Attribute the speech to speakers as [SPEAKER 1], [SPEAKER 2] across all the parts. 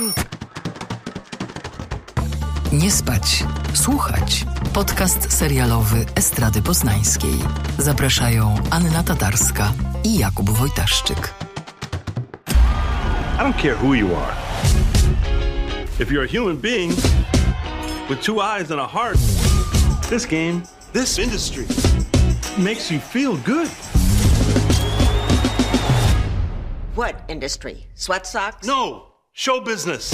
[SPEAKER 1] Nie spać, słuchać. Podcast serialowy Estrady Poznańskiej. Zapraszają Anna Tatarska i Jakub Wojtaszczyk.
[SPEAKER 2] I don't care who you are. If you're a human being with two eyes and a heart, this game, this industry makes you feel good.
[SPEAKER 3] What industry? Sweat socks?
[SPEAKER 2] No, show business.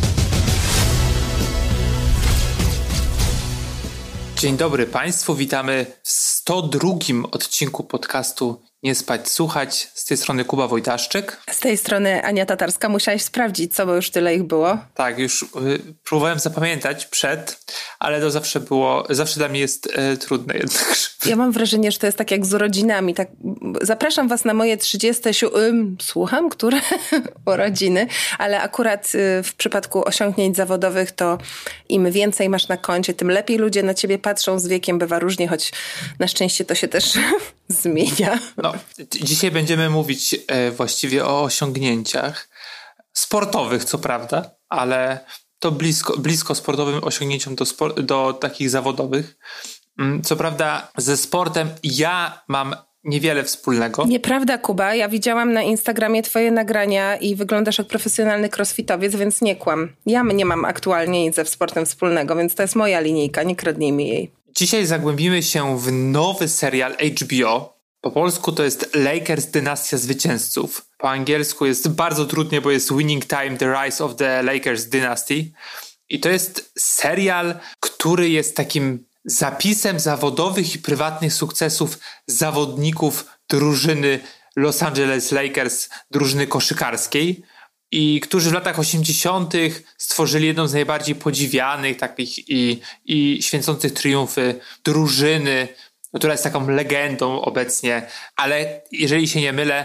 [SPEAKER 4] Dzień dobry Państwu, witamy w 102. odcinku podcastu Nie spać, słuchać. Z tej strony Kuba Wojtaszczyk.
[SPEAKER 5] Z tej strony Ania Tatarska. Musiałeś sprawdzić, co, bo już tyle ich było.
[SPEAKER 4] Tak, już próbowałem zapamiętać ale to zawsze dla mnie jest trudne jednak.
[SPEAKER 5] Ja mam wrażenie, że to jest tak jak z urodzinami. Tak, zapraszam was na moje 37, które urodziny, ale akurat w przypadku osiągnięć zawodowych to im więcej masz na koncie, tym lepiej ludzie na ciebie patrzą. Z wiekiem bywa różnie, choć na szczęście to się też zmienia.
[SPEAKER 4] No, dzisiaj będziemy mówić właściwie o osiągnięciach sportowych, co prawda, ale to blisko sportowym osiągnięciom do takich zawodowych. Co prawda ze sportem ja mam niewiele wspólnego.
[SPEAKER 5] Nieprawda, Kuba. Ja widziałam na Instagramie twoje nagrania i wyglądasz jak profesjonalny crossfitowiec, więc nie kłam. Ja nie mam aktualnie nic ze sportem wspólnego, więc to jest moja linijka, nie kradnijmy jej.
[SPEAKER 4] Dzisiaj zagłębimy się w nowy serial HBO. Po polsku to jest Lakers Dynastia Zwycięzców. Po angielsku jest bardzo trudnie, bo jest Winning Time, The Rise of the Lakers Dynasty. I to jest serial, który jest takim zapisem zawodowych i prywatnych sukcesów zawodników drużyny Los Angeles Lakers, drużyny koszykarskiej, i którzy w latach 80. stworzyli jedną z najbardziej podziwianych takich i święcących triumfy drużyny, która jest taką legendą obecnie, ale jeżeli się nie mylę,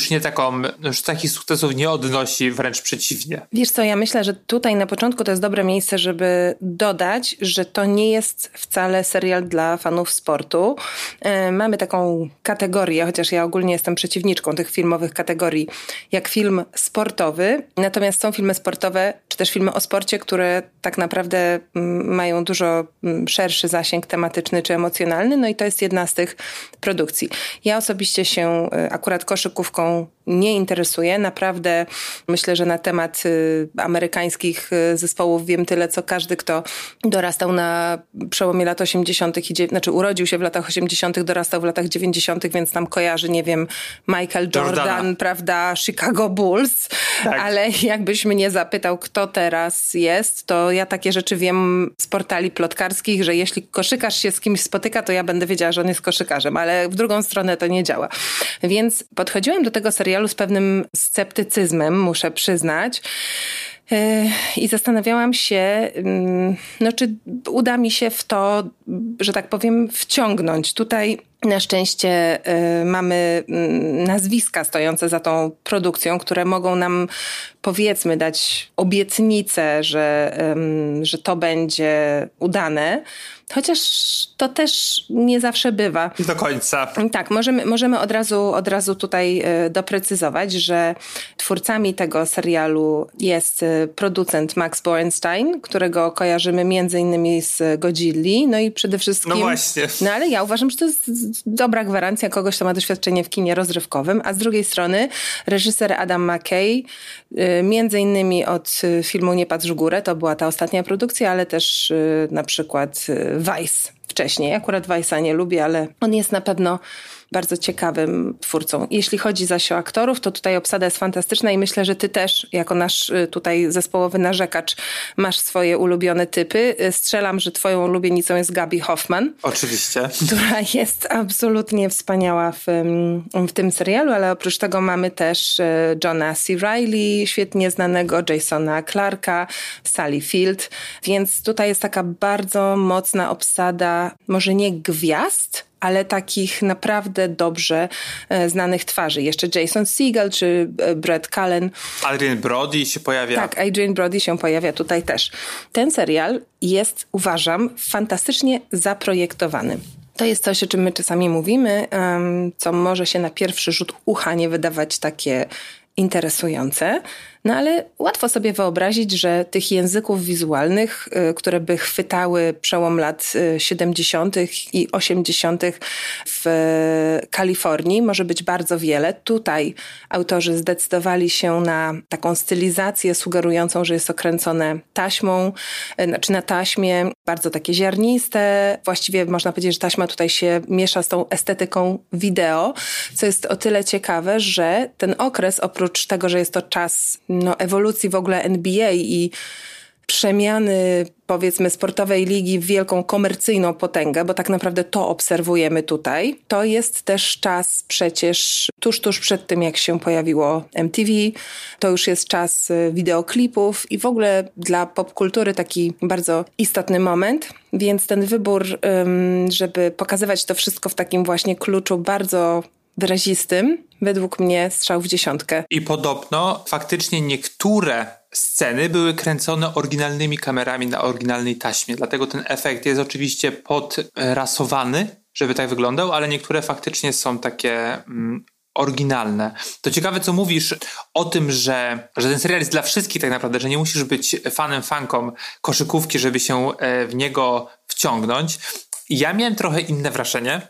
[SPEAKER 4] już takich sukcesów nie odnosi, wręcz przeciwnie.
[SPEAKER 5] Wiesz co, ja myślę, że tutaj na początku to jest dobre miejsce, żeby dodać, że to nie jest wcale serial dla fanów sportu. Mamy taką kategorię, chociaż ja ogólnie jestem przeciwniczką tych filmowych kategorii, jak film sportowy. Natomiast są filmy sportowe, czy też filmy o sporcie, które tak naprawdę mają dużo szerszy zasięg tematyczny czy emocjonalny, no i to jest jedna z tych produkcji. Ja osobiście się akurat koszykówką nie interesuje. Naprawdę myślę, że na temat amerykańskich zespołów wiem tyle, co każdy, kto dorastał na przełomie lat 80. urodził się w latach 80., dorastał w latach 90., więc tam kojarzy, nie wiem, Michael Jordan, prawda, Chicago Bulls, tak. Ale jakbyś mnie zapytał, kto teraz jest, to ja takie rzeczy wiem z portali plotkarskich, że jeśli koszykarz się z kimś spotyka, to ja będę wiedziała, że on jest koszykarzem, ale w drugą stronę to nie działa. Więc podchodziłam do tego serialu z pewnym sceptycyzmem, muszę przyznać. I zastanawiałam się, czy uda mi się w to, że tak powiem, wciągnąć. Tutaj na szczęście mamy nazwiska stojące za tą produkcją, które mogą nam, powiedzmy, dać obietnicę, że to będzie udane. Chociaż to też nie zawsze bywa.
[SPEAKER 4] Do końca.
[SPEAKER 5] Tak, możemy od razu tutaj doprecyzować, że twórcami tego serialu jest producent Max Borenstein, którego kojarzymy między innymi z Godzilli, no i przede wszystkim...
[SPEAKER 4] No właśnie.
[SPEAKER 5] No ale ja uważam, że to jest dobra gwarancja kogoś, kto ma doświadczenie w kinie rozrywkowym, a z drugiej strony reżyser Adam McKay, między innymi od filmu Nie patrz w górę, to była ta ostatnia produkcja, ale też na przykład Vice wcześniej. Akurat Vice'a nie lubię, ale on jest na pewno bardzo ciekawym twórcą. Jeśli chodzi zaś o aktorów, to tutaj obsada jest fantastyczna i myślę, że ty też, jako nasz tutaj zespołowy narzekacz, masz swoje ulubione typy. Strzelam, że twoją ulubienicą jest Gaby Hoffman.
[SPEAKER 4] Oczywiście.
[SPEAKER 5] Która jest absolutnie wspaniała w tym serialu, ale oprócz tego mamy też Johna C. Reilly, świetnie znanego, Jasona Clarka, Sally Field, więc tutaj jest taka bardzo mocna obsada, może nie gwiazd, ale takich naprawdę dobrze znanych twarzy. Jeszcze Jason Segel czy Brett Cullen.
[SPEAKER 4] Adrien Brody się pojawia.
[SPEAKER 5] Tak, Adrien Brody się pojawia tutaj też. Ten serial jest, uważam, fantastycznie zaprojektowany. To jest coś, o czym my czasami mówimy, co może się na pierwszy rzut ucha nie wydawać takie interesujące. No ale łatwo sobie wyobrazić, że tych języków wizualnych, które by chwytały przełom lat 70. i 80. w Kalifornii może być bardzo wiele. Tutaj autorzy zdecydowali się na taką stylizację sugerującą, że jest to kręcone taśmą, znaczy na taśmie, bardzo takie ziarniste. Właściwie można powiedzieć, że taśma tutaj się miesza z tą estetyką wideo, co jest o tyle ciekawe, że ten okres, oprócz tego, że jest to czas ewolucji w ogóle NBA i przemiany, powiedzmy, sportowej ligi w wielką komercyjną potęgę, bo tak naprawdę to obserwujemy tutaj. To jest też czas przecież tuż przed tym, jak się pojawiło MTV. To już jest czas wideoklipów i w ogóle dla popkultury taki bardzo istotny moment. Więc ten wybór, żeby pokazywać to wszystko w takim właśnie kluczu bardzo wyrazistym, według mnie strzał w 10.
[SPEAKER 4] I podobno faktycznie niektóre sceny były kręcone oryginalnymi kamerami na oryginalnej taśmie, dlatego ten efekt jest oczywiście podrasowany, żeby tak wyglądał, ale niektóre faktycznie są takie oryginalne. To ciekawe, co mówisz o tym, że ten serial jest dla wszystkich tak naprawdę, że nie musisz być fanką koszykówki, żeby się w niego wciągnąć. Ja miałem trochę inne wrażenie,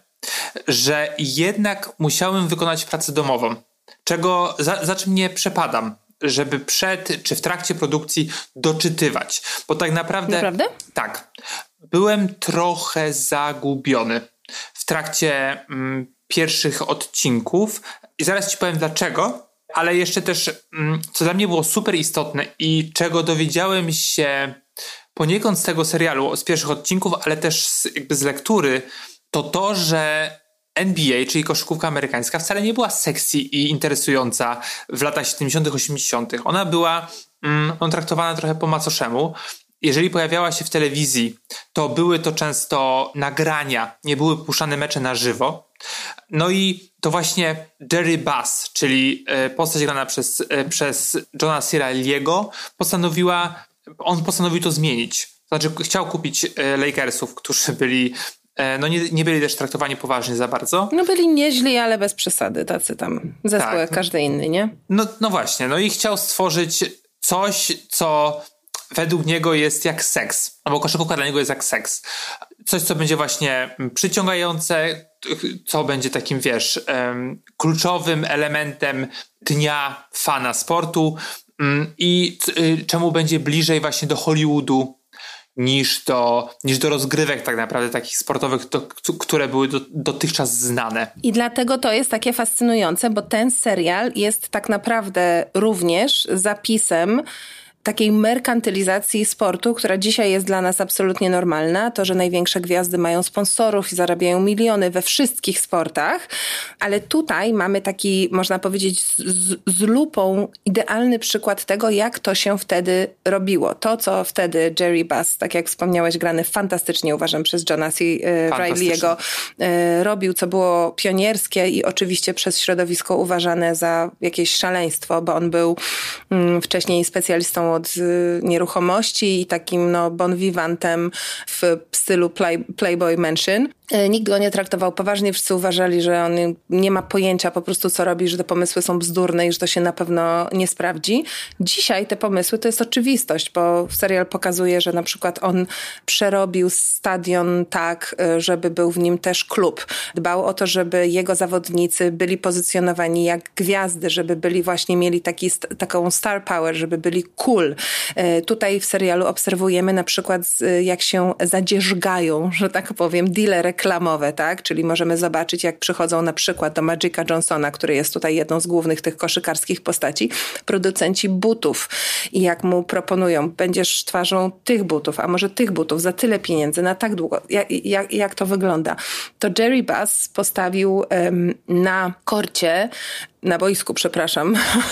[SPEAKER 4] że jednak musiałem wykonać pracę domową, czego za czym nie przepadam, żeby przed czy w trakcie produkcji doczytywać. Bo tak naprawdę...
[SPEAKER 5] Naprawdę?
[SPEAKER 4] Tak. Byłem trochę zagubiony w trakcie pierwszych odcinków i zaraz ci powiem dlaczego, ale jeszcze też, co dla mnie było super istotne i czego dowiedziałem się poniekąd z tego serialu, z pierwszych odcinków, ale też z lektury, to, że NBA, czyli koszykówka amerykańska, wcale nie była sexy i interesująca w latach 70., 80. Ona była traktowana trochę po macoszemu. Jeżeli pojawiała się w telewizji, to były to często nagrania, nie były puszczane mecze na żywo. No i to właśnie Jerry Buss, czyli postać grana przez Johna Cirelliego, postanowił to zmienić. To znaczy chciał kupić Lakersów, którzy byli nie byli też traktowani poważnie za bardzo.
[SPEAKER 5] Byli nieźli, ale bez przesady, tacy tam zespół jak każdy inny, nie?
[SPEAKER 4] No właśnie, i chciał stworzyć coś, co według niego jest jak seks, albo koszykówka dla niego jest jak seks. Coś, co będzie właśnie przyciągające, co będzie takim, kluczowym elementem dnia fana sportu i czemu będzie bliżej właśnie do Hollywoodu niż do rozgrywek tak naprawdę takich sportowych, które były dotychczas znane.
[SPEAKER 5] I dlatego to jest takie fascynujące, bo ten serial jest tak naprawdę również zapisem takiej merkantylizacji sportu, która dzisiaj jest dla nas absolutnie normalna. To, że największe gwiazdy mają sponsorów i zarabiają miliony we wszystkich sportach, ale tutaj mamy taki, można powiedzieć, z lupą idealny przykład tego, jak to się wtedy robiło. To, co wtedy Jerry Buss, tak jak wspomniałeś, grany fantastycznie, uważam, przez Johna Cirelliego, robił, co było pionierskie i oczywiście przez środowisko uważane za jakieś szaleństwo, bo on był wcześniej specjalistą od nieruchomości i takim bon vivantem w stylu Playboy Mansion. Nikt go nie traktował poważnie, wszyscy uważali, że on nie ma pojęcia po prostu co robi, że te pomysły są bzdurne i że to się na pewno nie sprawdzi. Dzisiaj te pomysły to jest oczywistość, bo serial pokazuje, że na przykład on przerobił stadion tak, żeby był w nim też klub. Dbał o to, żeby jego zawodnicy byli pozycjonowani jak gwiazdy, żeby byli właśnie, mieli taką star power, żeby byli cool. Tutaj w serialu obserwujemy na przykład jak się zadzierzgają, że tak powiem, deale reklamowe, tak? Czyli możemy zobaczyć, jak przychodzą na przykład do Magica Johnsona, który jest tutaj jedną z głównych tych koszykarskich postaci, producenci butów i jak mu proponują, będziesz twarzą tych butów, a może tych butów za tyle pieniędzy, na tak długo. Jak to wygląda? To Jerry Buss postawił na korcie, na boisku, przepraszam,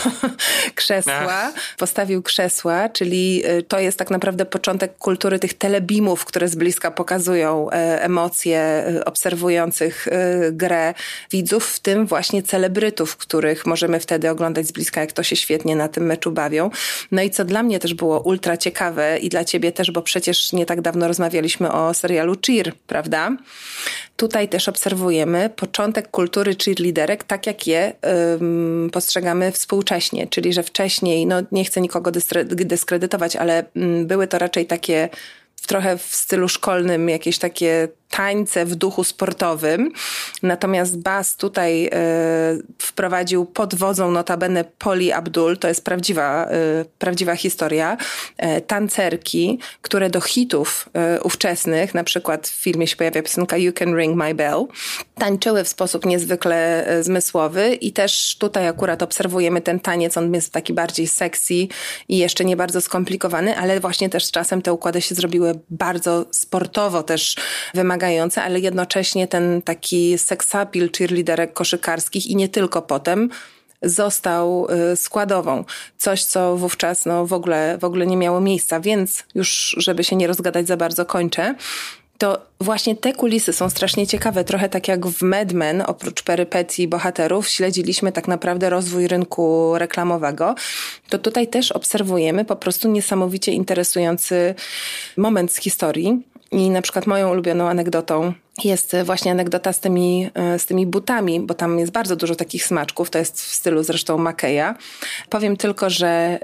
[SPEAKER 5] krzesła. Postawił krzesła, czyli to jest tak naprawdę początek kultury tych telebimów, które z bliska pokazują emocje obserwujących grę widzów, w tym właśnie celebrytów, których możemy wtedy oglądać z bliska, jak to się świetnie na tym meczu bawią. No i co dla mnie też było ultra ciekawe i dla ciebie też, bo przecież nie tak dawno rozmawialiśmy o serialu Cheer, prawda? Tutaj też obserwujemy początek kultury cheerleaderek, tak jak je postrzegamy współcześnie, czyli że wcześniej, no nie chcę nikogo dyskredytować, ale były to raczej takie trochę w stylu szkolnym, jakieś takie tańce w duchu sportowym. Natomiast Baz tutaj wprowadził pod wodzą notabene Pauli Abdul, to jest prawdziwa historia, tancerki, które do hitów ówczesnych, na przykład w filmie się pojawia piosenka You Can Ring My Bell, tańczyły w sposób niezwykle zmysłowy i też tutaj akurat obserwujemy ten taniec, on jest taki bardziej sexy i jeszcze nie bardzo skomplikowany, ale właśnie też z czasem te układy się zrobiły bardzo sportowo też wymagające, ale jednocześnie ten taki sex appeal cheerleaderek koszykarskich i nie tylko potem został składową. Coś, co wówczas w ogóle nie miało miejsca, więc już, żeby się nie rozgadać za bardzo, kończę. To właśnie te kulisy są strasznie ciekawe. Trochę tak jak w Mad Men, oprócz perypetii bohaterów, śledziliśmy tak naprawdę rozwój rynku reklamowego. To tutaj też obserwujemy po prostu niesamowicie interesujący moment z historii. I na przykład moją ulubioną anegdotą jest właśnie anegdota z tymi butami, bo tam jest bardzo dużo takich smaczków, to jest w stylu zresztą McKeya. Powiem tylko, że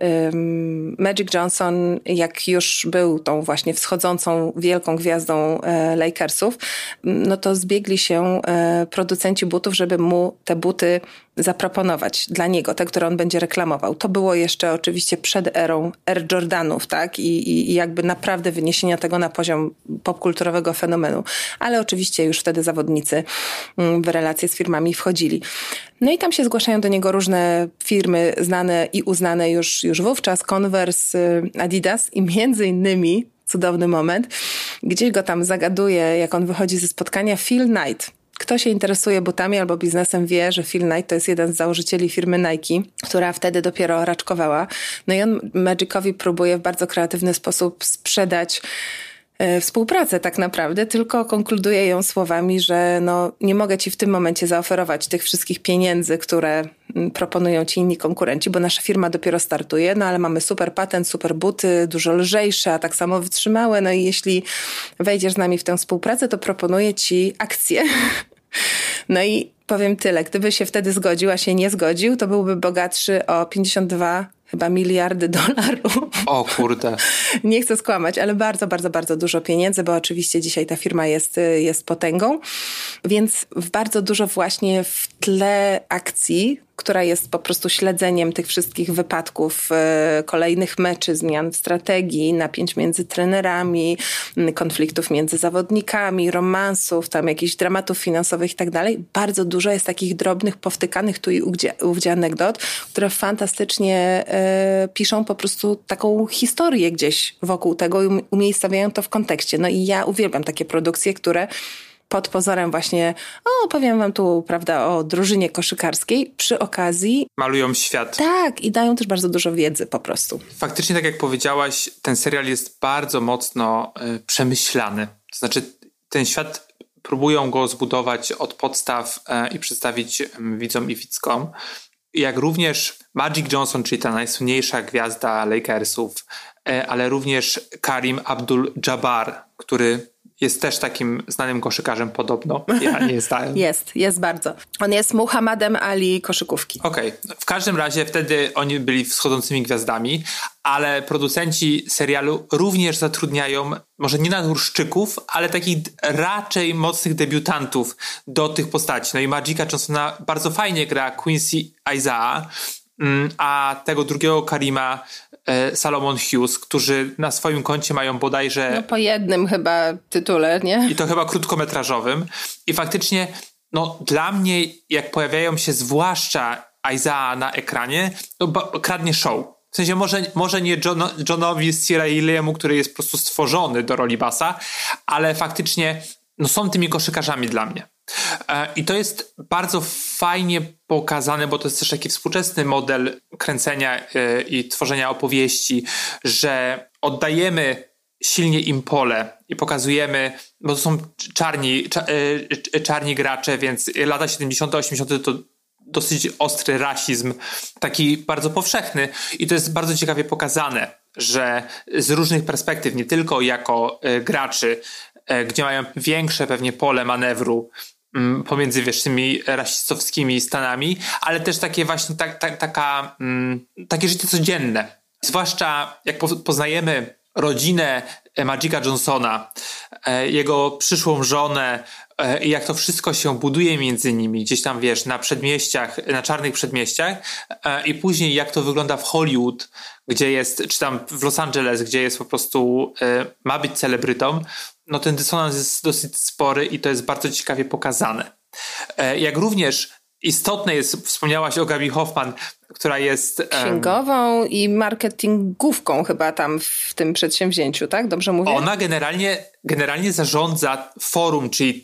[SPEAKER 5] Magic Johnson, jak już był tą właśnie wschodzącą wielką gwiazdą Lakersów, no to zbiegli się producenci butów, żeby mu te buty zaproponować dla niego, te, które on będzie reklamował. To było jeszcze oczywiście przed erą Air Jordanów, tak? I jakby naprawdę wyniesienia tego na poziom popkulturowego fenomenu. Ale oczywiście już wtedy zawodnicy w relacje z firmami wchodzili. No i tam się zgłaszają do niego różne firmy znane i uznane już wówczas, Converse, Adidas i między innymi, cudowny moment, gdzieś go tam zagaduje, jak on wychodzi ze spotkania, Phil Knight. Kto się interesuje butami albo biznesem, wie, że Phil Knight to jest jeden z założycieli firmy Nike, która wtedy dopiero raczkowała. No i on Magicowi próbuje w bardzo kreatywny sposób sprzedać współpracę tak naprawdę, tylko konkluduje ją słowami, że no, nie mogę ci w tym momencie zaoferować tych wszystkich pieniędzy, które proponują ci inni konkurenci, bo nasza firma dopiero startuje, no ale mamy super patent, super buty, dużo lżejsze, a tak samo wytrzymałe, no i jeśli wejdziesz z nami w tę współpracę, to proponuję ci akcje. No i powiem tyle, gdyby się wtedy zgodził, a się nie zgodził, to byłby bogatszy o 52 chyba miliardy dolarów.
[SPEAKER 4] O kurde.
[SPEAKER 5] Nie chcę skłamać, ale bardzo, bardzo, bardzo dużo pieniędzy, bo oczywiście dzisiaj ta firma jest potęgą. Więc bardzo dużo właśnie w tle akcji, która jest po prostu śledzeniem tych wszystkich wypadków, kolejnych meczy, zmian w strategii, napięć między trenerami, konfliktów między zawodnikami, romansów, tam jakichś dramatów finansowych i tak dalej. Bardzo dużo jest takich drobnych, powtykanych tu i ówdzie anegdot, które fantastycznie piszą po prostu taką historię gdzieś wokół tego i umiejscawiają to w kontekście. No i ja uwielbiam takie produkcje, które pod pozorem właśnie, powiem wam tu, prawda, o drużynie koszykarskiej, przy okazji
[SPEAKER 4] malują świat.
[SPEAKER 5] Tak, i dają też bardzo dużo wiedzy po prostu.
[SPEAKER 4] Faktycznie, tak jak powiedziałaś, ten serial jest bardzo mocno przemyślany. To znaczy, ten świat próbują go zbudować od podstaw i przedstawić widzom i widzkom. Jak również Magic Johnson, czyli ta najsłynniejsza gwiazda Lakersów, ale również Kareem Abdul-Jabbar, który jest też takim znanym koszykarzem podobno. Ja nie znałem.
[SPEAKER 5] Jest bardzo. On jest Muhammadem Ali koszykówki.
[SPEAKER 4] Okej. W każdym razie wtedy oni byli wschodzącymi gwiazdami, ale producenci serialu również zatrudniają może nie naturszczyków, ale takich raczej mocnych debiutantów do tych postaci. No i Magica Johnsona bardzo fajnie gra Quincy Isaiah, a tego drugiego Kareema Solomon Hughes, którzy na swoim koncie mają bodajże...
[SPEAKER 5] No po jednym chyba tytule, nie?
[SPEAKER 4] I to chyba krótkometrażowym. I faktycznie, no dla mnie, jak pojawiają się zwłaszcza Isaiah na ekranie, to kradnie show. W sensie może nie Johnowi Cirelliemu, który jest po prostu stworzony do roli Bassa, ale faktycznie no są tymi koszykarzami dla mnie. I to jest bardzo fajnie pokazane, bo to jest też taki współczesny model kręcenia i tworzenia opowieści, że oddajemy silnie im pole i pokazujemy, bo to są czarni gracze, więc lata 70., 80. to dosyć ostry rasizm, taki bardzo powszechny i to jest bardzo ciekawie pokazane, że z różnych perspektyw, nie tylko jako graczy, gdzie mają większe pewnie pole manewru pomiędzy, wiesz, tymi rasistowskimi stanami, ale też takie właśnie takie życie codzienne. Zwłaszcza jak poznajemy rodzinę Magica Johnsona, jego przyszłą żonę i jak to wszystko się buduje między nimi, gdzieś tam, wiesz, na przedmieściach, na czarnych przedmieściach i później jak to wygląda w Hollywood, gdzie jest, czy tam w Los Angeles, gdzie jest po prostu, ma być celebrytą, no ten dysonans jest dosyć spory i to jest bardzo ciekawie pokazane. Jak również istotne jest, wspomniałaś o Gabi Hoffmann, która jest
[SPEAKER 5] księgową i marketingówką chyba tam w tym przedsięwzięciu, tak? Dobrze mówię?
[SPEAKER 4] Ona generalnie zarządza forum, czyli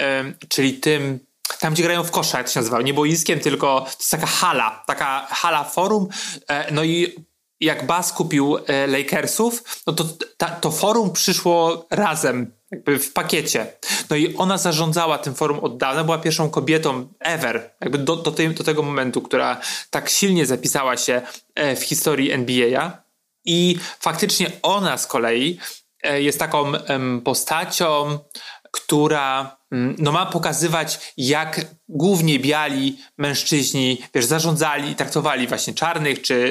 [SPEAKER 4] tym tam, gdzie grają w kosza, jak to się nazywa, nie boiskiem, tylko to jest taka hala forum, no i jak Bass kupił Lakersów, no to forum przyszło razem, jakby w pakiecie. No i ona zarządzała tym forum od dawna, była pierwszą kobietą ever, jakby do tego momentu, która tak silnie zapisała się w historii NBA. I faktycznie ona z kolei jest taką postacią, która no ma pokazywać, jak głównie biali mężczyźni, wiesz, zarządzali i traktowali właśnie czarnych, czy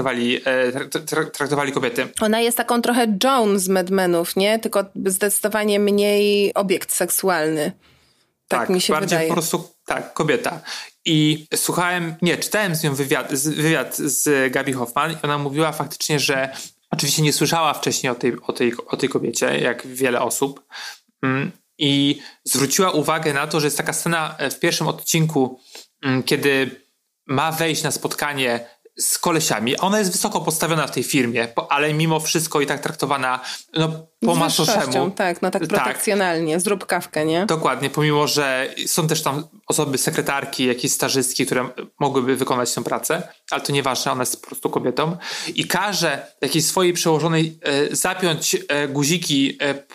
[SPEAKER 4] traktowali kobiety.
[SPEAKER 5] Ona jest taką trochę Joan z Mad Menów, nie? Tylko zdecydowanie mniej obiekt seksualny. Tak mi się
[SPEAKER 4] bardziej
[SPEAKER 5] wydaje.
[SPEAKER 4] Po prostu, tak, kobieta. I czytałem z nią wywiad z Gabi Hoffmann i ona mówiła faktycznie, że oczywiście nie słyszała wcześniej o tej kobiecie, jak wiele osób. I zwróciła uwagę na to, że jest taka scena w pierwszym odcinku, kiedy ma wejść na spotkanie z kolesiami. Ona jest wysoko postawiona w tej firmie, ale mimo wszystko i tak traktowana po macoszemu.
[SPEAKER 5] Tak, protekcjonalnie. Zrób kawkę, nie?
[SPEAKER 4] Dokładnie, pomimo że są też tam osoby, sekretarki, jakieś stażystki, które mogłyby wykonać tę pracę, ale to nieważne, ona jest po prostu kobietą. I każe jakiejś swojej przełożonej zapiąć guziki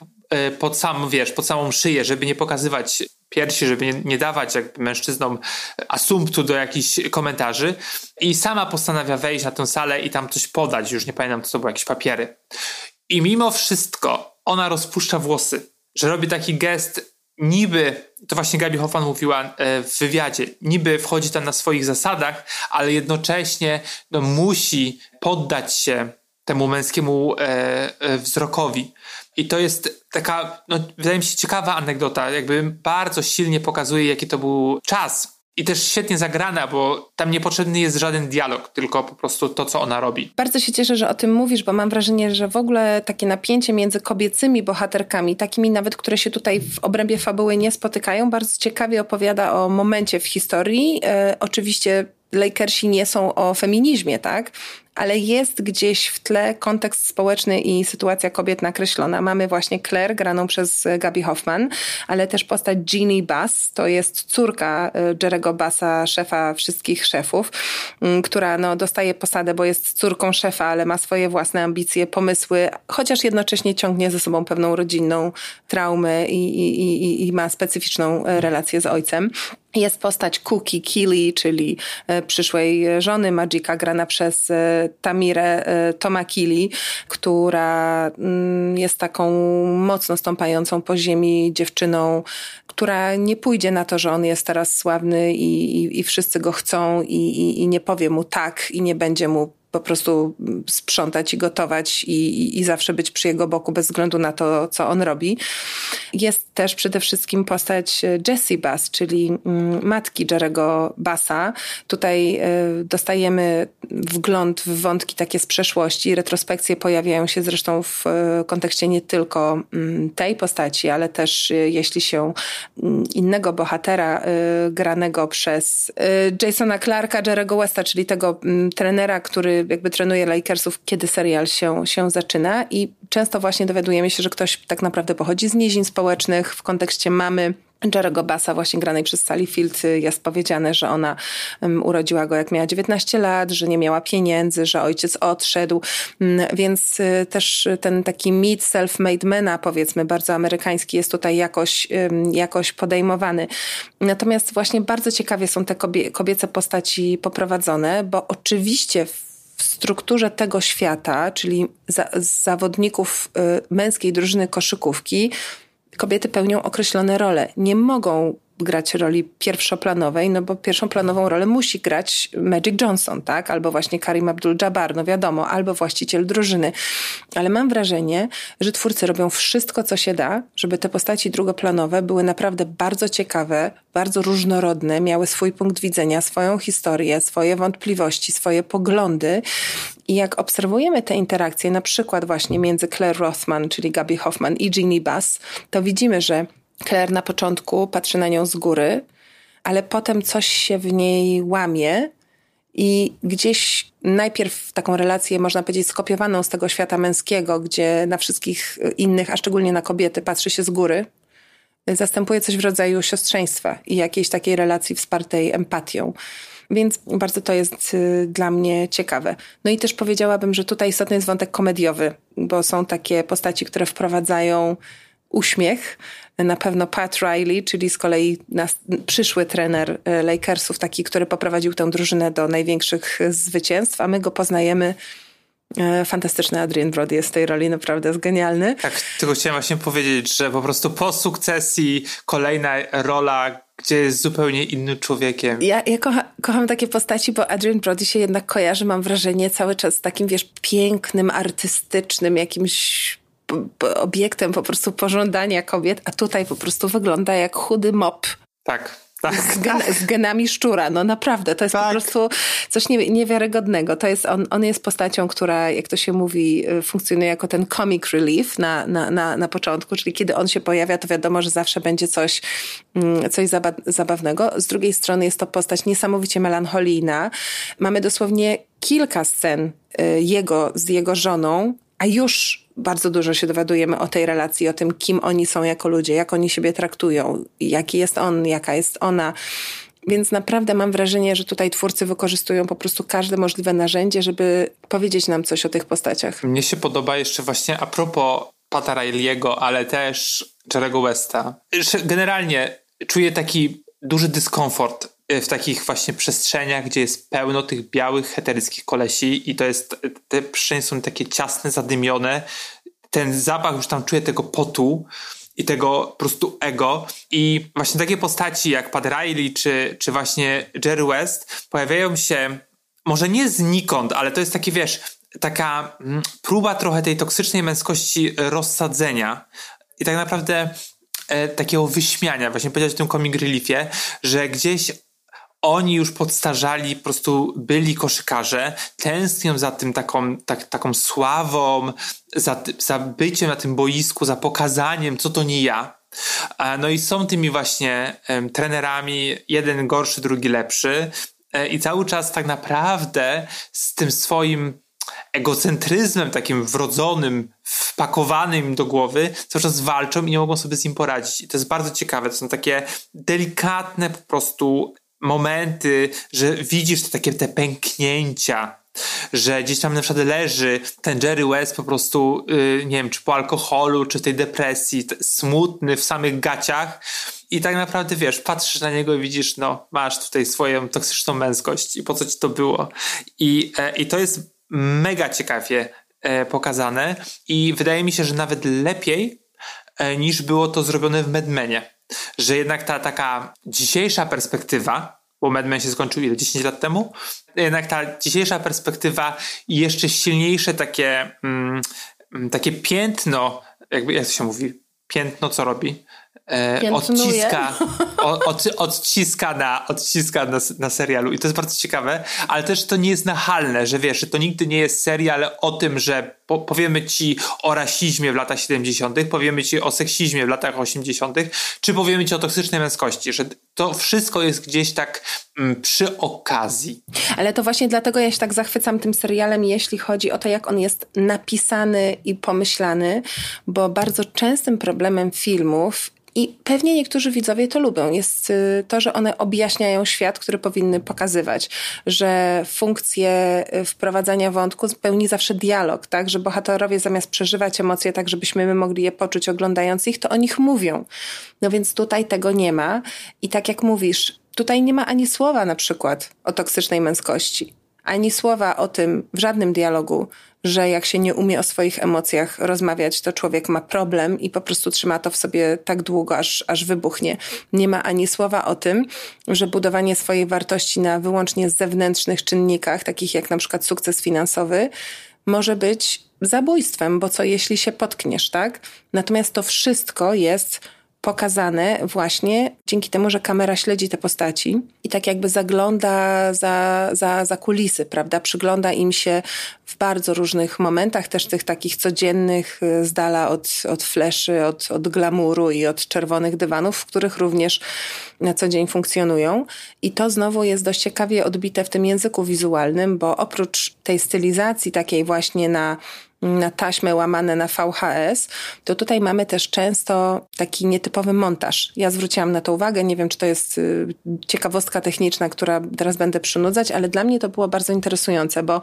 [SPEAKER 4] pod samą szyję, żeby nie pokazywać piersi, żeby nie dawać jakby mężczyznom asumptu do jakichś komentarzy i sama postanawia wejść na tę salę i tam coś podać, już nie pamiętam, co to były jakieś papiery. I mimo wszystko ona rozpuszcza włosy, że robi taki gest niby, to właśnie Gabi Hoffmann mówiła w wywiadzie, niby wchodzi tam na swoich zasadach, ale jednocześnie musi poddać się temu męskiemu wzrokowi. I to jest taka, wydaje mi się, ciekawa anegdota, jakby bardzo silnie pokazuje, jaki to był czas. I też świetnie zagrana, bo tam niepotrzebny jest żaden dialog, tylko po prostu to, co ona robi.
[SPEAKER 5] Bardzo się cieszę, że o tym mówisz, bo mam wrażenie, że w ogóle takie napięcie między kobiecymi bohaterkami, takimi nawet, które się tutaj w obrębie fabuły nie spotykają, bardzo ciekawie opowiada o momencie w historii. Oczywiście Lakersi nie są o feminizmie, tak? Ale jest gdzieś w tle kontekst społeczny i sytuacja kobiet nakreślona. Mamy właśnie Claire, graną przez Gabi Hoffmann, ale też postać Jeannie Bass, to jest córka Jerry'ego Bassa, szefa wszystkich szefów, która dostaje posadę, bo jest córką szefa, ale ma swoje własne ambicje, pomysły, chociaż jednocześnie ciągnie ze sobą pewną rodzinną traumę i ma specyficzną relację z ojcem. Jest postać Cookie Keely, czyli przyszłej żony Magica, grana przez Tamirę Tomakili, która jest taką mocno stąpającą po ziemi dziewczyną, która nie pójdzie na to, że on jest teraz sławny i wszyscy go chcą i nie powie mu tak i nie będzie mu po prostu sprzątać i gotować i zawsze być przy jego boku bez względu na to, co on robi. Jest też przede wszystkim postać Jessie Bass, czyli matki Jerry'ego Bassa. Tutaj dostajemy wgląd w wątki takie z przeszłości. Retrospekcje pojawiają się zresztą w kontekście nie tylko tej postaci, ale też jeśli się innego bohatera granego przez Jasona Clarka, Jerry'ego Westa, czyli tego trenera, który jakby trenuje Lakersów, kiedy serial się zaczyna i często właśnie dowiadujemy się, że ktoś tak naprawdę pochodzi z nizin społecznych. W kontekście mamy Jerry'ego Bassa, właśnie granej przez Sally Field, jest powiedziane, że ona urodziła go jak miała 19 lat, że nie miała pieniędzy, że ojciec odszedł, więc też ten taki mit self-made mana, powiedzmy, bardzo amerykański jest tutaj jakoś podejmowany. Natomiast właśnie bardzo ciekawie są te kobiece postaci poprowadzone, bo oczywiście w strukturze tego świata, czyli zawodników męskiej drużyny koszykówki, kobiety pełnią określone role. Nie mogą grać roli pierwszoplanowej, no bo pierwszoplanową rolę musi grać Magic Johnson, tak? Albo właśnie Karim Abdul-Jabbar, no wiadomo, albo właściciel drużyny. Ale mam wrażenie, że twórcy robią wszystko, co się da, żeby te postaci drugoplanowe były naprawdę bardzo ciekawe, bardzo różnorodne, miały swój punkt widzenia, swoją historię, swoje wątpliwości, swoje poglądy. I jak obserwujemy te interakcje, na przykład właśnie między Claire Rothman, czyli Gaby Hoffman i Jeannie Buss, to widzimy, że Claire na początku patrzy na nią z góry, ale potem coś się w niej łamie i gdzieś najpierw taką relację, można powiedzieć, skopiowaną z tego świata męskiego, gdzie na wszystkich innych, a szczególnie na kobiety, patrzy się z góry, zastępuje coś w rodzaju siostrzeństwa i jakiejś takiej relacji wspartej empatią. Więc bardzo to jest dla mnie ciekawe. No i też powiedziałabym, że tutaj istotny jest wątek komediowy, bo są takie postaci, które wprowadzają uśmiech. Na pewno Pat Riley, czyli z kolei przyszły trener Lakersów, taki, który poprowadził tę drużynę do największych zwycięstw, a my go poznajemy. Fantastyczny Adrien Brody jest w tej roli, naprawdę jest genialny.
[SPEAKER 4] Tak, tylko chciałem właśnie powiedzieć, że po prostu po sukcesji kolejna rola, gdzie jest zupełnie innym człowiekiem.
[SPEAKER 5] Ja kocham takie postaci, bo Adrien Brody się jednak kojarzy, mam wrażenie, cały czas z takim, pięknym, artystycznym, jakimś obiektem po prostu pożądania kobiet, a tutaj po prostu wygląda jak chudy mop.
[SPEAKER 4] Tak.
[SPEAKER 5] Z genami szczura. No naprawdę, to jest po prostu coś niewiarygodnego. To jest, on jest postacią, która, jak to się mówi, funkcjonuje jako ten comic relief na początku, czyli kiedy on się pojawia, to wiadomo, że zawsze będzie coś zabawnego. Z drugiej strony jest to postać niesamowicie melancholijna. Mamy dosłownie kilka scen z jego żoną, a już bardzo dużo się dowiadujemy o tej relacji, o tym, kim oni są jako ludzie, jak oni siebie traktują, jaki jest on, jaka jest ona. Więc naprawdę mam wrażenie, że tutaj twórcy wykorzystują po prostu każde możliwe narzędzie, żeby powiedzieć nam coś o tych postaciach.
[SPEAKER 4] Mnie się podoba jeszcze właśnie a propos Pata Riley'ego, ale też Jerry'ego Westa. Generalnie czuję taki duży dyskomfort w takich właśnie przestrzeniach, gdzie jest pełno tych białych, heteryckich kolesi i to jest, te przestrzenie są takie ciasne, zadymione. Ten zapach, już tam czuję tego potu i tego po prostu ego. I właśnie takie postaci jak Pat Riley czy właśnie Jerry West pojawiają się może nie znikąd, ale to jest takie, taka próba trochę tej toksycznej męskości rozsadzenia i tak naprawdę takiego wyśmiania. Właśnie powiedziałeś o tym comic reliefie, że gdzieś oni już podstarzali, po prostu byli koszykarze, tęsknią za tym taką sławą, za byciem na tym boisku, za pokazaniem, co to nie ja. No i są tymi właśnie trenerami, jeden gorszy, drugi lepszy i cały czas tak naprawdę z tym swoim egocentryzmem takim wrodzonym, wpakowanym do głowy, cały czas walczą i nie mogą sobie z nim poradzić. I to jest bardzo ciekawe. To są takie delikatne po prostu momenty, że widzisz te pęknięcia, że gdzieś tam na przykład leży ten Jerry West po prostu, nie wiem, czy po alkoholu, czy tej depresji, smutny w samych gaciach i tak naprawdę, patrzysz na niego i widzisz, no, masz tutaj swoją toksyczną męskość i po co ci to było. I to jest mega ciekawie pokazane i wydaje mi się, że nawet lepiej niż było to zrobione w Mad Menie. Że jednak ta taka dzisiejsza perspektywa, bo Mad Men się skończył 10 lat temu, jednak ta dzisiejsza perspektywa i jeszcze silniejsze takie piętno, jak to się mówi, piętno co robi? Odciska na serialu i to jest bardzo ciekawe, ale też to nie jest nachalne, że że to nigdy nie jest serial o tym, że powiemy ci o rasizmie w latach 70., powiemy ci o seksizmie w latach 80., czy powiemy ci o toksycznej męskości, że to wszystko jest gdzieś tak przy okazji.
[SPEAKER 5] Ale to właśnie dlatego ja się tak zachwycam tym serialem, jeśli chodzi o to, jak on jest napisany i pomyślany, bo bardzo częstym problemem filmów i pewnie niektórzy widzowie to lubią. Jest to, że one objaśniają świat, który powinny pokazywać. Że funkcję wprowadzania wątku pełni zawsze dialog, tak? Że bohaterowie zamiast przeżywać emocje tak, żebyśmy my mogli je poczuć oglądając ich, to o nich mówią. No więc tutaj tego nie ma. I tak jak mówisz, tutaj nie ma ani słowa na przykład o toksycznej męskości. ani słowa o tym w żadnym dialogu, że jak się nie umie o swoich emocjach rozmawiać, to człowiek ma problem i po prostu trzyma to w sobie tak długo, aż wybuchnie. Nie ma ani słowa o tym, że budowanie swojej wartości na wyłącznie zewnętrznych czynnikach, takich jak na przykład sukces finansowy, może być zabójstwem, bo co jeśli się potkniesz, tak? Natomiast to wszystko jest pokazane właśnie dzięki temu, że kamera śledzi te postaci i tak jakby zagląda za kulisy, prawda? Przygląda im się w bardzo różnych momentach, też tych takich codziennych, z dala od fleszy, od glamuru i od czerwonych dywanów, w których również na co dzień funkcjonują. I to znowu jest dość ciekawie odbite w tym języku wizualnym, bo oprócz tej stylizacji takiej właśnie na taśmę łamane na VHS, to tutaj mamy też często taki nietypowy montaż. Ja zwróciłam na to uwagę, nie wiem, czy to jest ciekawostka techniczna, która teraz będę przynudzać, ale dla mnie to było bardzo interesujące, bo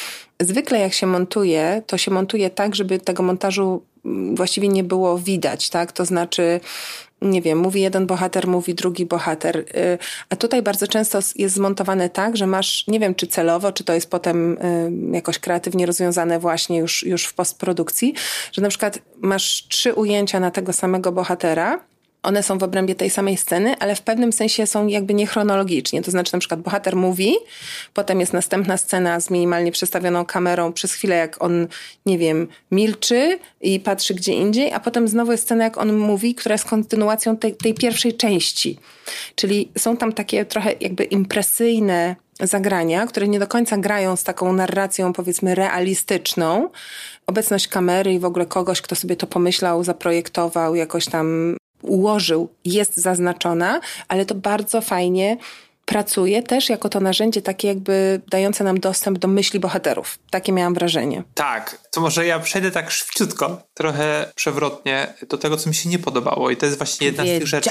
[SPEAKER 5] zwykle jak się montuje, to się montuje tak, żeby tego montażu właściwie nie było widać, tak? To znaczy, nie wiem, mówi jeden bohater, mówi drugi bohater. A tutaj bardzo często jest zmontowane tak, że masz, nie wiem czy celowo, czy to jest potem jakoś kreatywnie rozwiązane właśnie już w postprodukcji, że na przykład masz 3 ujęcia na tego samego bohatera. One są w obrębie tej samej sceny, ale w pewnym sensie są jakby niechronologicznie. To znaczy na przykład bohater mówi, potem jest następna scena z minimalnie przestawioną kamerą przez chwilę, jak on, nie wiem, milczy i patrzy gdzie indziej, a potem znowu jest scena, jak on mówi, która jest kontynuacją tej pierwszej części. Czyli są tam takie trochę jakby impresyjne zagrania, które nie do końca grają z taką narracją, powiedzmy, realistyczną. Obecność kamery i w ogóle kogoś, kto sobie to pomyślał, zaprojektował, jakoś tam ułożył, jest zaznaczona, ale to bardzo fajnie pracuje też jako to narzędzie takie jakby dające nam dostęp do myśli bohaterów. Takie miałam wrażenie.
[SPEAKER 4] Tak, to może ja przejdę tak szybciutko, trochę przewrotnie do tego, co mi się nie podobało i to jest właśnie jedna z tych rzeczy,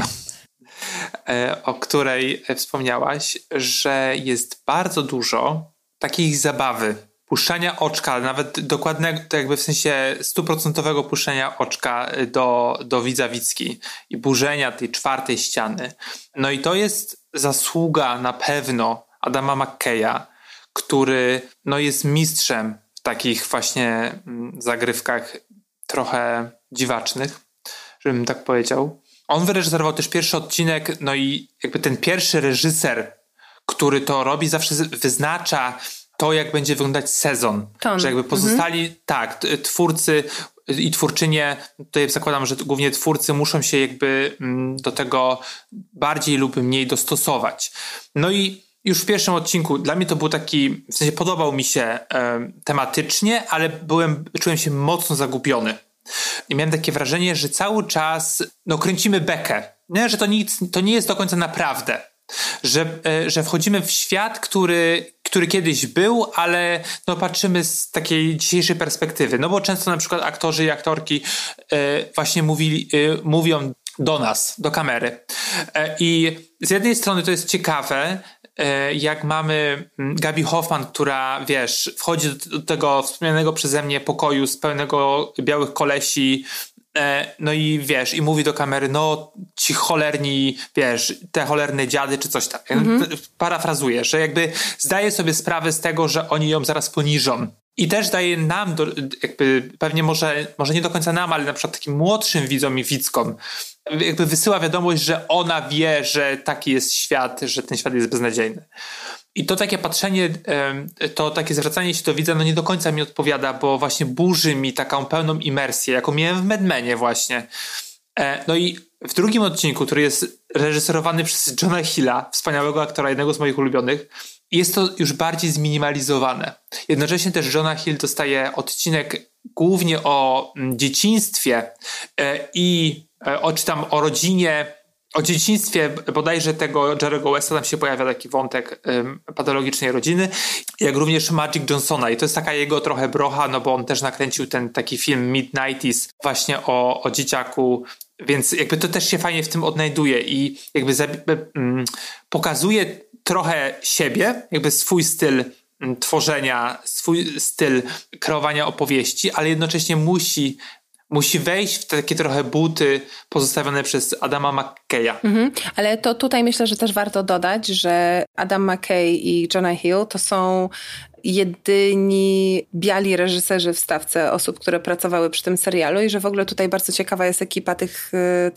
[SPEAKER 4] o której wspomniałaś, że jest bardzo dużo takiej zabawy, puszczania oczka, nawet dokładnego, to jakby w sensie 100% puszczania oczka do widza widzki i burzenia tej 4. ściany. No i to jest zasługa na pewno Adama McKeya, który no jest mistrzem w takich właśnie zagrywkach trochę dziwacznych, żebym tak powiedział. On wyreżyserował też pierwszy odcinek, no i jakby ten pierwszy reżyser, który to robi, zawsze wyznacza to, jak będzie wyglądać sezon. Że jakby pozostali, tak, twórcy i twórczynie, tutaj zakładam, że głównie twórcy muszą się jakby do tego bardziej lub mniej dostosować. No i już w pierwszym odcinku dla mnie to był taki, w sensie podobał mi się tematycznie, ale czułem się mocno zagubiony. I miałem takie wrażenie, że cały czas kręcimy bekę, nie? Że to nie jest do końca naprawdę. Że wchodzimy w świat, który kiedyś był, ale patrzymy z takiej dzisiejszej perspektywy. No bo często na przykład aktorzy i aktorki właśnie mówią do nas, do kamery. I z jednej strony to jest ciekawe, jak mamy Gabi Hoffman, która, wiesz, wchodzi do tego wspomnianego przeze mnie pokoju z pełnego białych kolesi, no i wiesz, i mówi do kamery, no ci cholerni, wiesz, te cholerne dziady czy coś tam. Parafrazuję, że jakby zdaje sobie sprawę z tego, że oni ją zaraz poniżą. I też daje nam, jakby pewnie może nie do końca nam, ale na przykład takim młodszym widzom i widzkom, jakby wysyła wiadomość, że ona wie, że taki jest świat, że ten świat jest beznadziejny. I to takie patrzenie, to takie zwracanie się do widza, no nie do końca mi odpowiada, bo właśnie burzy mi taką pełną imersję, jaką miałem w Mad Menie właśnie. No i w drugim odcinku, który jest reżyserowany przez Johna Hilla, wspaniałego aktora, jednego z moich ulubionych, jest to już bardziej zminimalizowane. Jednocześnie też Jonah Hill dostaje odcinek głównie o dzieciństwie i czy tam o rodzinie, o dzieciństwie bodajże tego Jerry'ego Westa, tam się pojawia taki wątek patologicznej rodziny, jak również Magic Johnsona i to jest taka jego trochę brocha, no bo on też nakręcił ten taki film Mid-90s właśnie o dzieciaku, więc jakby to też się fajnie w tym odnajduje i jakby pokazuje trochę siebie, jakby swój styl tworzenia, swój styl kreowania opowieści, ale jednocześnie musi musi wejść w takie trochę buty pozostawione przez Adama McKeya.
[SPEAKER 5] Ale to tutaj myślę, że też warto dodać, że Adam McKay i Jonah Hill to są jedyni biali reżyserzy w stawce osób, które pracowały przy tym serialu i że w ogóle tutaj bardzo ciekawa jest ekipa tych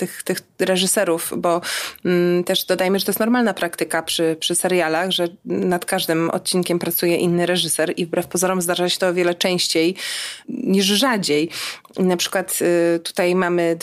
[SPEAKER 5] reżyserów, bo też dodajmy, że to jest normalna praktyka przy serialach, że nad każdym odcinkiem pracuje inny reżyser i wbrew pozorom zdarza się to o wiele częściej niż rzadziej. Na przykład tutaj mamy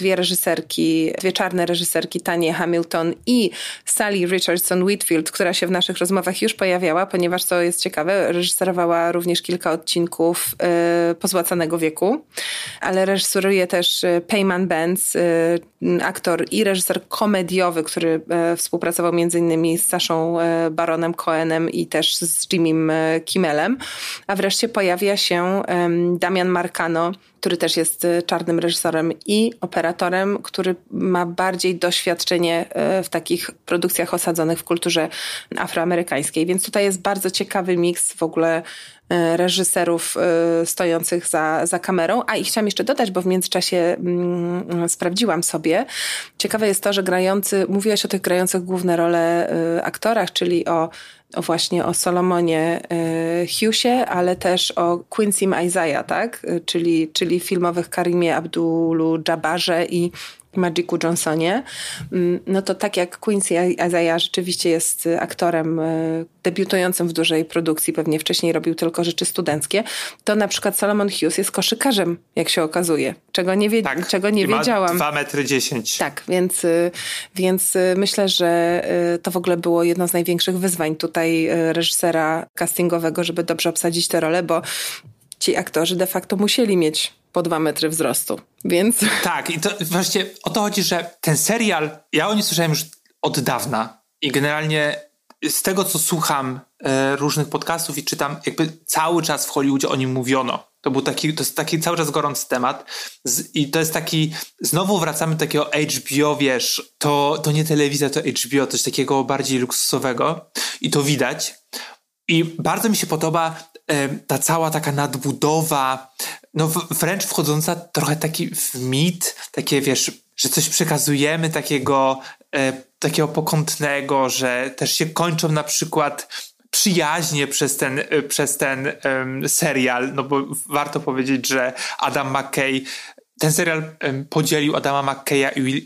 [SPEAKER 5] dwie czarne reżyserki, Tanie Hamilton i Sally Richardson-Whitfield, która się w naszych rozmowach już pojawiała, ponieważ co jest ciekawe, reżyserowała również kilka odcinków Pozłacanego wieku, ale reżyseruje też Payman Benz, aktor i reżyser komediowy, który współpracował m.in. z Saszą Baronem Cohenem i też z Jimmym Kimmelem, a wreszcie pojawia się Damian Marcano, który też jest czarnym reżyserem i operatorem, który ma bardziej doświadczenie w takich produkcjach osadzonych w kulturze afroamerykańskiej. Więc tutaj jest bardzo ciekawy miks w ogóle reżyserów stojących za kamerą. A i chciałam jeszcze dodać, bo w międzyczasie sprawdziłam sobie. Ciekawe jest to, że mówiłaś o tych grających główne role aktorach, czyli właśnie o Solomonie Hughesie, ale też o Quincy Isaiah, tak? Czyli filmowych Karimie Abdulu-Jabbarze i Magicu Johnsonie. No to tak jak Quincy Isaiah rzeczywiście jest aktorem debiutującym w dużej produkcji, pewnie wcześniej robił tylko rzeczy studenckie, to na przykład Solomon Hughes jest koszykarzem, jak się okazuje, czego nie wiedziałam.
[SPEAKER 4] Ma 2,10 m.
[SPEAKER 5] Tak, więc myślę, że to w ogóle było jedno z największych wyzwań tutaj reżysera castingowego, żeby dobrze obsadzić tę rolę, bo ci aktorzy de facto musieli mieć po 2 metry wzrostu, więc...
[SPEAKER 4] Tak, i to właśnie o to chodzi, że ten serial, ja o nim słyszałem już od dawna i generalnie z tego, co słucham różnych podcastów i czytam, jakby cały czas w Hollywoodzie o nim mówiono. To jest taki cały czas gorący temat i to jest taki, znowu wracamy do takiego HBO, wiesz, to nie telewizja, to HBO, coś takiego bardziej luksusowego i to widać. I bardzo mi się podoba ta cała taka nadbudowa, no wręcz wchodząca trochę taki w mit, takie wiesz, że coś przekazujemy takiego pokątnego, że też się kończą na przykład przyjaźnie przez ten serial, no bo warto powiedzieć, że Adam McKay, ten serial podzielił Adama McKeya i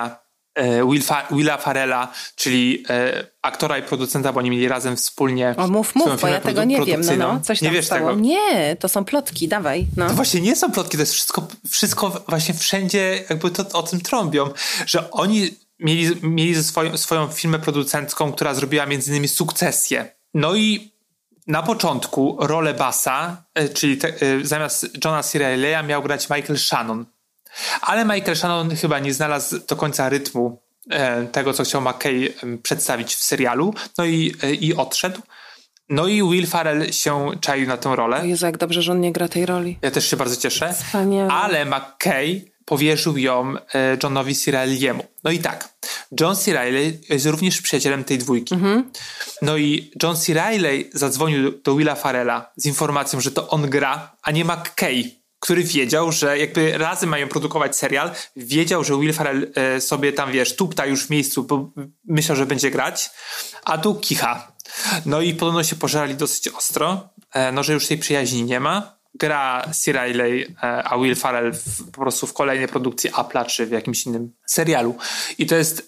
[SPEAKER 4] Willa Farrella, czyli aktora i producenta, bo oni mieli razem wspólnie...
[SPEAKER 5] O, mów, bo ja tego nie wiem. No, coś tam
[SPEAKER 4] nie wiesz
[SPEAKER 5] stało.
[SPEAKER 4] tego?
[SPEAKER 5] Nie, to są plotki, dawaj. No.
[SPEAKER 4] To właśnie nie są plotki, to jest wszystko właśnie wszędzie jakby to o tym trąbią, że oni mieli swoją firmę producencką, która zrobiła między innymi Sukcesję. No i na początku rolę Bassa, czyli zamiast Johna C. Reilly'a miał grać Michael Shannon. Ale Michael Shannon chyba nie znalazł do końca rytmu tego, co chciał McKay przedstawić w serialu, no i odszedł. No i Will Ferrell się czaił na tę rolę.
[SPEAKER 5] O Jezu, jak dobrze, że on nie gra tej roli.
[SPEAKER 4] Ja też się bardzo cieszę.
[SPEAKER 5] Wspaniale.
[SPEAKER 4] Ale McKay powierzył ją Johnowi C. Reilly'emu. No i tak, John C. Reilly jest również przyjacielem tej dwójki. No i John C. Reilly zadzwonił do Willa Ferrella z informacją, że to on gra, a nie McKay, który wiedział, że jakby razem mają produkować serial, wiedział, że Will Ferrell sobie tam, wiesz, tupta już w miejscu, bo myślał, że będzie grać, a tu kicha. No i podobno się pożarli dosyć ostro, no że już tej przyjaźni nie ma. Gra C. Reilly, a Will Ferrell po prostu w kolejnej produkcji Apple'a czy w jakimś innym serialu. I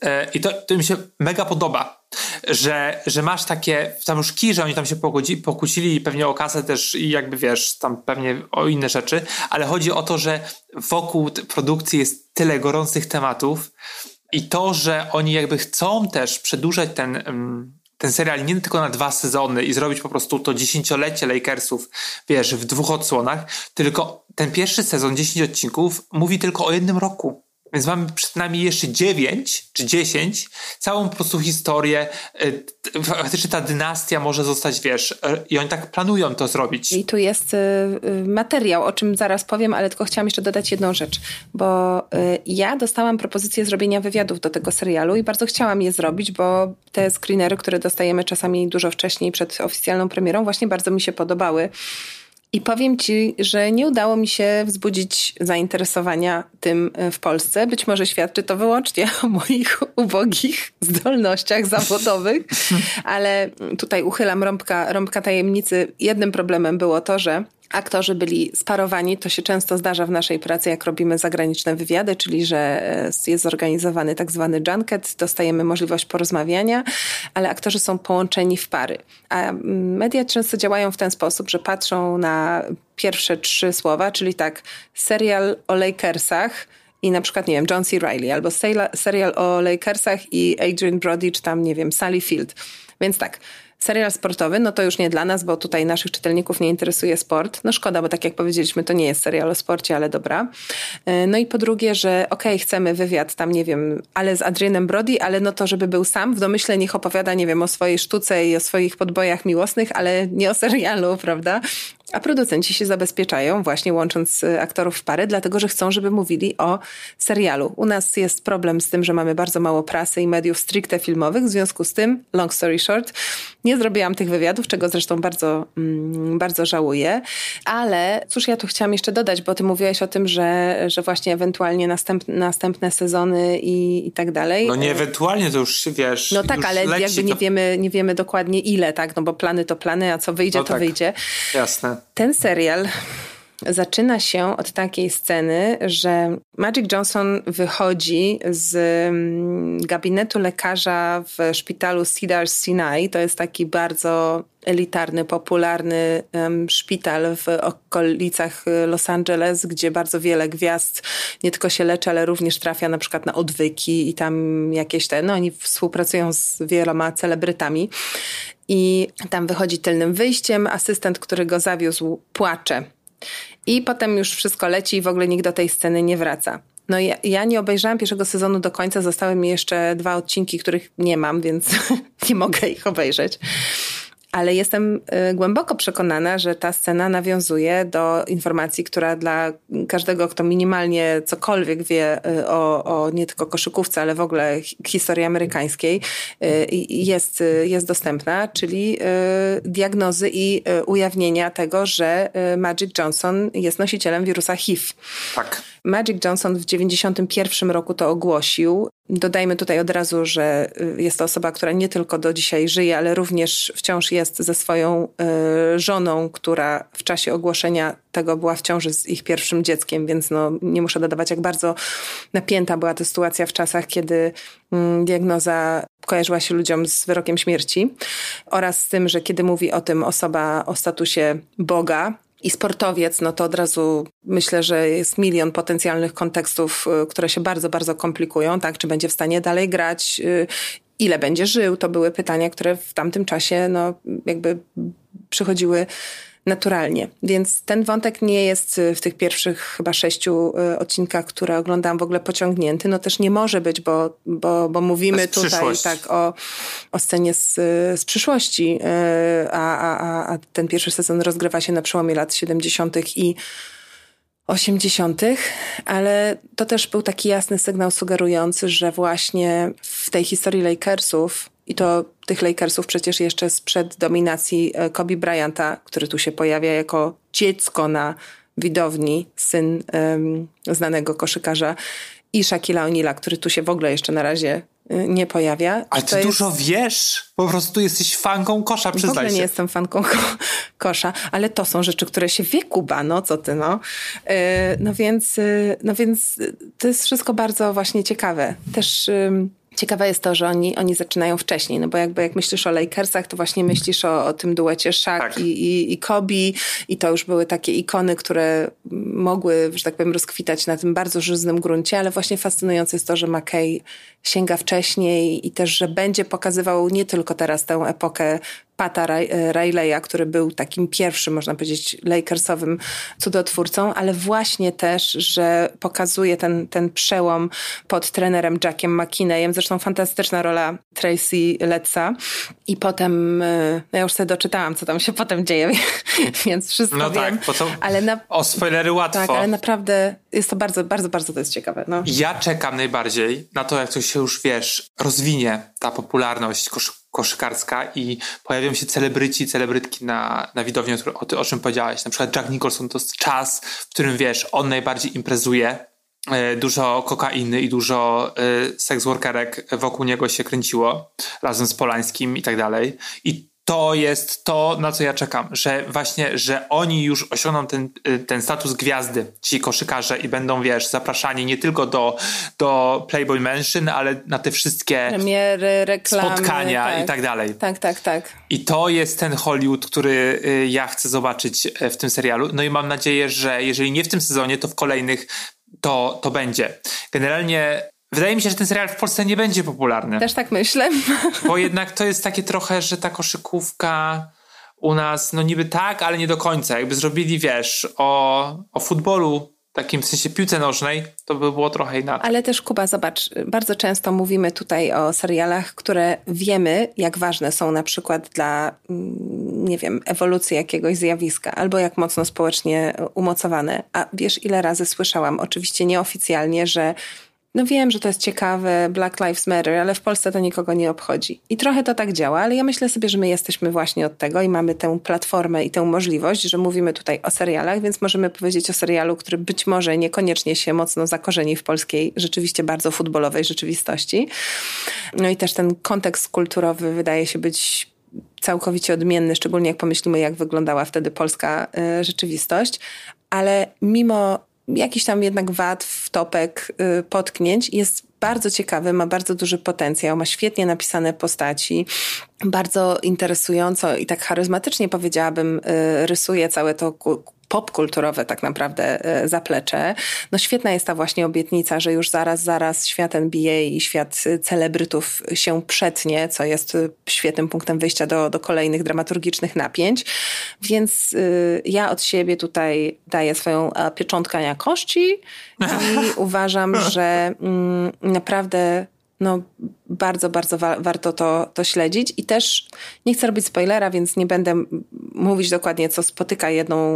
[SPEAKER 4] to mi się mega podoba, że masz takie tam już że oni tam się pokłócili pewnie o kasę też i jakby wiesz, tam pewnie o inne rzeczy, ale chodzi o to, że wokół produkcji jest tyle gorących tematów i to, że oni jakby chcą też przedłużać ten serial nie tylko na 2 sezony i zrobić po prostu to 10-lecie Lakersów, wiesz, w 2 odsłonach, tylko ten pierwszy sezon, 10 odcinków, mówi tylko o 1 roku. Więc mamy przed nami jeszcze 9 czy 10, całą po prostu historię. Faktycznie ta dynastia może zostać, wiesz, i oni tak planują to zrobić.
[SPEAKER 5] I tu jest materiał, o czym zaraz powiem, ale tylko chciałam jeszcze dodać jedną rzecz, bo ja dostałam propozycję zrobienia wywiadów do tego serialu i bardzo chciałam je zrobić, bo te screenery, które dostajemy czasami dużo wcześniej przed oficjalną premierą, właśnie bardzo mi się podobały. I powiem ci, że nie udało mi się wzbudzić zainteresowania tym w Polsce. Być może świadczy to wyłącznie o moich ubogich zdolnościach zawodowych, ale tutaj uchylam rąbka tajemnicy. Jednym problemem było to, że aktorzy byli sparowani. To się często zdarza w naszej pracy, jak robimy zagraniczne wywiady, czyli że jest zorganizowany tak zwany junket, dostajemy możliwość porozmawiania, ale aktorzy są połączeni w pary. A media często działają w ten sposób, że patrzą na pierwsze 3 słowa, czyli tak, serial o Lakersach i na przykład, nie wiem, John C. Reilly, albo serial o Lakersach i Adrian Brody, czy tam, nie wiem, Sally Field. Więc tak, serial sportowy, no to już nie dla nas, bo tutaj naszych czytelników nie interesuje sport. No szkoda, bo tak jak powiedzieliśmy, to nie jest serial o sporcie, ale dobra. No i po drugie, że chcemy wywiad tam, nie wiem, ale z Adrianem Brody, ale no to, żeby był sam, w domyśle niech opowiada, nie wiem, o swojej sztuce i o swoich podbojach miłosnych, ale nie o serialu, prawda? A producenci się zabezpieczają właśnie łącząc aktorów w pary, dlatego że chcą, żeby mówili o serialu. U nas jest problem z tym, że mamy bardzo mało prasy i mediów stricte filmowych, w związku z tym, long story short, nie zrobiłam tych wywiadów, czego zresztą bardzo, bardzo żałuję. Ale cóż ja tu chciałam jeszcze dodać, bo ty mówiłaś o tym, że właśnie ewentualnie następne sezony i tak dalej.
[SPEAKER 4] No nie ewentualnie, to już wiesz.
[SPEAKER 5] No tak, ale jakby nie wiemy dokładnie ile, tak? No bo plany to plany, a co wyjdzie,
[SPEAKER 4] no
[SPEAKER 5] to
[SPEAKER 4] tak.
[SPEAKER 5] Wyjdzie.
[SPEAKER 4] Jasne.
[SPEAKER 5] Ten serial zaczyna się od takiej sceny, że Magic Johnson wychodzi z gabinetu lekarza w szpitalu Cedars-Sinai. To jest taki bardzo elitarny, popularny szpital w okolicach Los Angeles, gdzie bardzo wiele gwiazd nie tylko się leczy, ale również trafia na przykład na odwyki i tam jakieś oni współpracują z wieloma celebrytami. I tam wychodzi tylnym wyjściem, asystent, który go zawiózł, płacze. I potem już wszystko leci i w ogóle nikt do tej sceny nie wraca. No ja nie obejrzałam pierwszego sezonu do końca, zostały mi jeszcze 2 odcinki, których nie mam, więc nie mogę ich obejrzeć. Ale jestem głęboko przekonana, że ta scena nawiązuje do informacji, która dla każdego, kto minimalnie cokolwiek wie o nie tylko koszykówce, ale w ogóle historii amerykańskiej, jest dostępna, czyli diagnozy i ujawnienia tego, że Magic Johnson jest nosicielem wirusa HIV.
[SPEAKER 4] Tak.
[SPEAKER 5] Magic Johnson w 1991 roku to ogłosił. Dodajmy tutaj od razu, że jest to osoba, która nie tylko do dzisiaj żyje, ale również wciąż jest ze swoją żoną, która w czasie ogłoszenia tego była w ciąży z ich pierwszym dzieckiem, więc nie muszę dodawać, jak bardzo napięta była ta sytuacja w czasach, kiedy diagnoza kojarzyła się ludziom z wyrokiem śmierci oraz z tym, że kiedy mówi o tym osoba o statusie Boga i sportowiec, to od razu myślę, że jest milion potencjalnych kontekstów, które się bardzo, bardzo komplikują, tak? Czy będzie w stanie dalej grać, ile będzie żył? To były pytania, które w tamtym czasie jakby przychodziły naturalnie. Więc ten wątek nie jest w tych pierwszych chyba 6 odcinkach, które oglądałam, w ogóle pociągnięty. Też nie może być, bo mówimy tutaj tak o scenie z przyszłości, a ten pierwszy sezon rozgrywa się na przełomie lat 70. i 80., ale to też był taki jasny sygnał sugerujący, że właśnie w tej historii Lakersów, i to tych Lakersów przecież jeszcze sprzed dominacji Kobe Bryanta, który tu się pojawia jako dziecko na widowni, syn znanego koszykarza, i Shaquilla O'Neala, który tu się w ogóle jeszcze na razie nie pojawia.
[SPEAKER 4] Ale ty dużo wiesz. Po prostu jesteś fanką kosza, przyznaj się.
[SPEAKER 5] W ogóle nie jestem fanką kosza, ale to są rzeczy, które się wie, Kuba, co ty, No więc to jest wszystko bardzo właśnie ciekawe. Też ciekawe jest to, że oni zaczynają wcześniej, bo jak myślisz o Lakersach, to właśnie myślisz o tym duecie Shaq tak. i Kobe, i to już były takie ikony, które mogły, że tak powiem, rozkwitać na tym bardzo żyznym gruncie, ale właśnie fascynujące jest to, że McKay sięga wcześniej i też, że będzie pokazywał nie tylko teraz tę epokę Pata Rileya, który był takim pierwszym, można powiedzieć, Lakersowym cudotwórcą, ale właśnie też, że pokazuje ten przełom pod trenerem Jackiem McKinneyem. Zresztą fantastyczna rola Tracy Lettsa. I potem, ja już sobie doczytałam, co tam się potem dzieje, więc wszystko wiem.
[SPEAKER 4] Tak, potem o spoilery łatwo.
[SPEAKER 5] Tak, ale naprawdę jest to bardzo, bardzo, bardzo to jest ciekawe.
[SPEAKER 4] Ja czekam najbardziej na to, jak to się już, rozwinie ta popularność koszykarska i pojawią się celebrytki na widowni, o czym powiedziałeś. Na przykład Jack Nicholson to jest czas, w którym wiesz, on najbardziej imprezuje, dużo kokainy i dużo seks workerek wokół niego się kręciło razem z Polańskim i tak dalej. I to jest to, na co ja czekam, że właśnie, że oni już osiągną ten status gwiazdy, ci koszykarze i będą, wiesz, zapraszani nie tylko do Playboy Mansion, ale na te wszystkie
[SPEAKER 5] premiery, reklamy,
[SPEAKER 4] spotkania i tak dalej.
[SPEAKER 5] Tak.
[SPEAKER 4] I to jest ten Hollywood, który ja chcę zobaczyć w tym serialu. No i mam nadzieję, że jeżeli nie w tym sezonie, to w kolejnych to będzie. Generalnie wydaje mi się, że ten serial w Polsce nie będzie popularny.
[SPEAKER 5] Też tak myślę.
[SPEAKER 4] Bo jednak to jest takie trochę, że ta koszykówka u nas, no niby tak, ale nie do końca. Jakby zrobili, wiesz, o futbolu, takim w sensie piłce nożnej, to by było trochę inaczej.
[SPEAKER 5] Ale też, Kuba, zobacz, bardzo często mówimy tutaj o serialach, które wiemy, jak ważne są na przykład dla, nie wiem, ewolucji jakiegoś zjawiska, albo jak mocno społecznie umocowane. A wiesz, ile razy słyszałam, oczywiście nieoficjalnie, że no wiem, że to jest ciekawe, Black Lives Matter, ale w Polsce to nikogo nie obchodzi. I trochę to tak działa, ale ja myślę sobie, że my jesteśmy właśnie od tego i mamy tę platformę i tę możliwość, że mówimy tutaj o serialach, więc możemy powiedzieć o serialu, który być może niekoniecznie się mocno zakorzeni w polskiej, rzeczywiście bardzo futbolowej rzeczywistości. No i też ten kontekst kulturowy wydaje się być całkowicie odmienny, szczególnie jak pomyślimy, jak wyglądała wtedy polska rzeczywistość. Ale mimo jakiś tam jednak wad, wtopek, potknięć, jest bardzo ciekawy, ma bardzo duży potencjał, ma świetnie napisane postaci, bardzo interesująco i tak charyzmatycznie, powiedziałabym, rysuje całe to popkulturowe tak naprawdę zaplecze. No świetna jest ta właśnie obietnica, że już zaraz świat NBA i świat celebrytów się przetnie, co jest świetnym punktem wyjścia do kolejnych dramaturgicznych napięć. Więc ja od siebie tutaj daję swoją pieczątkę jakości i uważam, że naprawdę bardzo warto to śledzić i też nie chcę robić spoilera, więc nie będę mówić dokładnie, co spotyka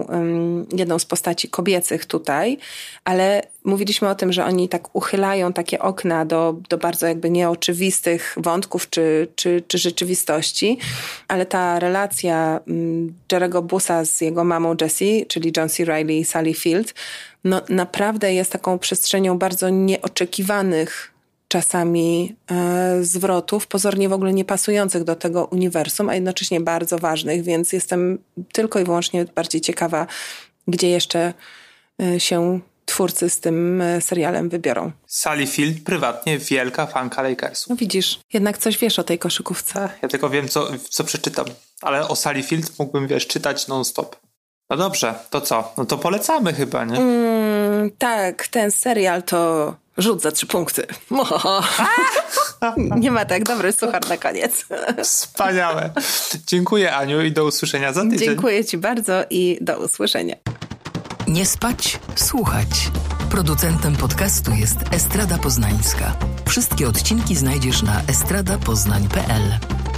[SPEAKER 5] jedną z postaci kobiecych tutaj, ale mówiliśmy o tym, że oni tak uchylają takie okna do bardzo jakby nieoczywistych wątków czy rzeczywistości, ale ta relacja Jerry'ego Bussa z jego mamą Jessie, czyli John C. Reilly i Sally Field, no naprawdę jest taką przestrzenią bardzo nieoczekiwanych czasami zwrotów, pozornie w ogóle nie pasujących do tego uniwersum, a jednocześnie bardzo ważnych, więc jestem tylko i wyłącznie bardziej ciekawa, gdzie jeszcze się twórcy z tym serialem wybiorą.
[SPEAKER 4] Sally Field, prywatnie wielka fanka Lakersów.
[SPEAKER 5] No widzisz, jednak coś wiesz o tej koszykówce.
[SPEAKER 4] Ja tylko wiem, co przeczytam, ale o Sally Field mógłbym, wiesz, czytać non-stop. No dobrze, to co? No to polecamy chyba, nie?
[SPEAKER 5] Tak, ten serial to rzut za 3 punkty. Nie ma tak, dobry suchar na koniec.
[SPEAKER 4] Wspaniałe. Dziękuję, Aniu, i do usłyszenia za tydzień.
[SPEAKER 5] Dziękuję ci bardzo i do usłyszenia.
[SPEAKER 1] Nie spać, słuchać. Producentem podcastu jest Estrada Poznańska. Wszystkie odcinki znajdziesz na estradapoznań.pl.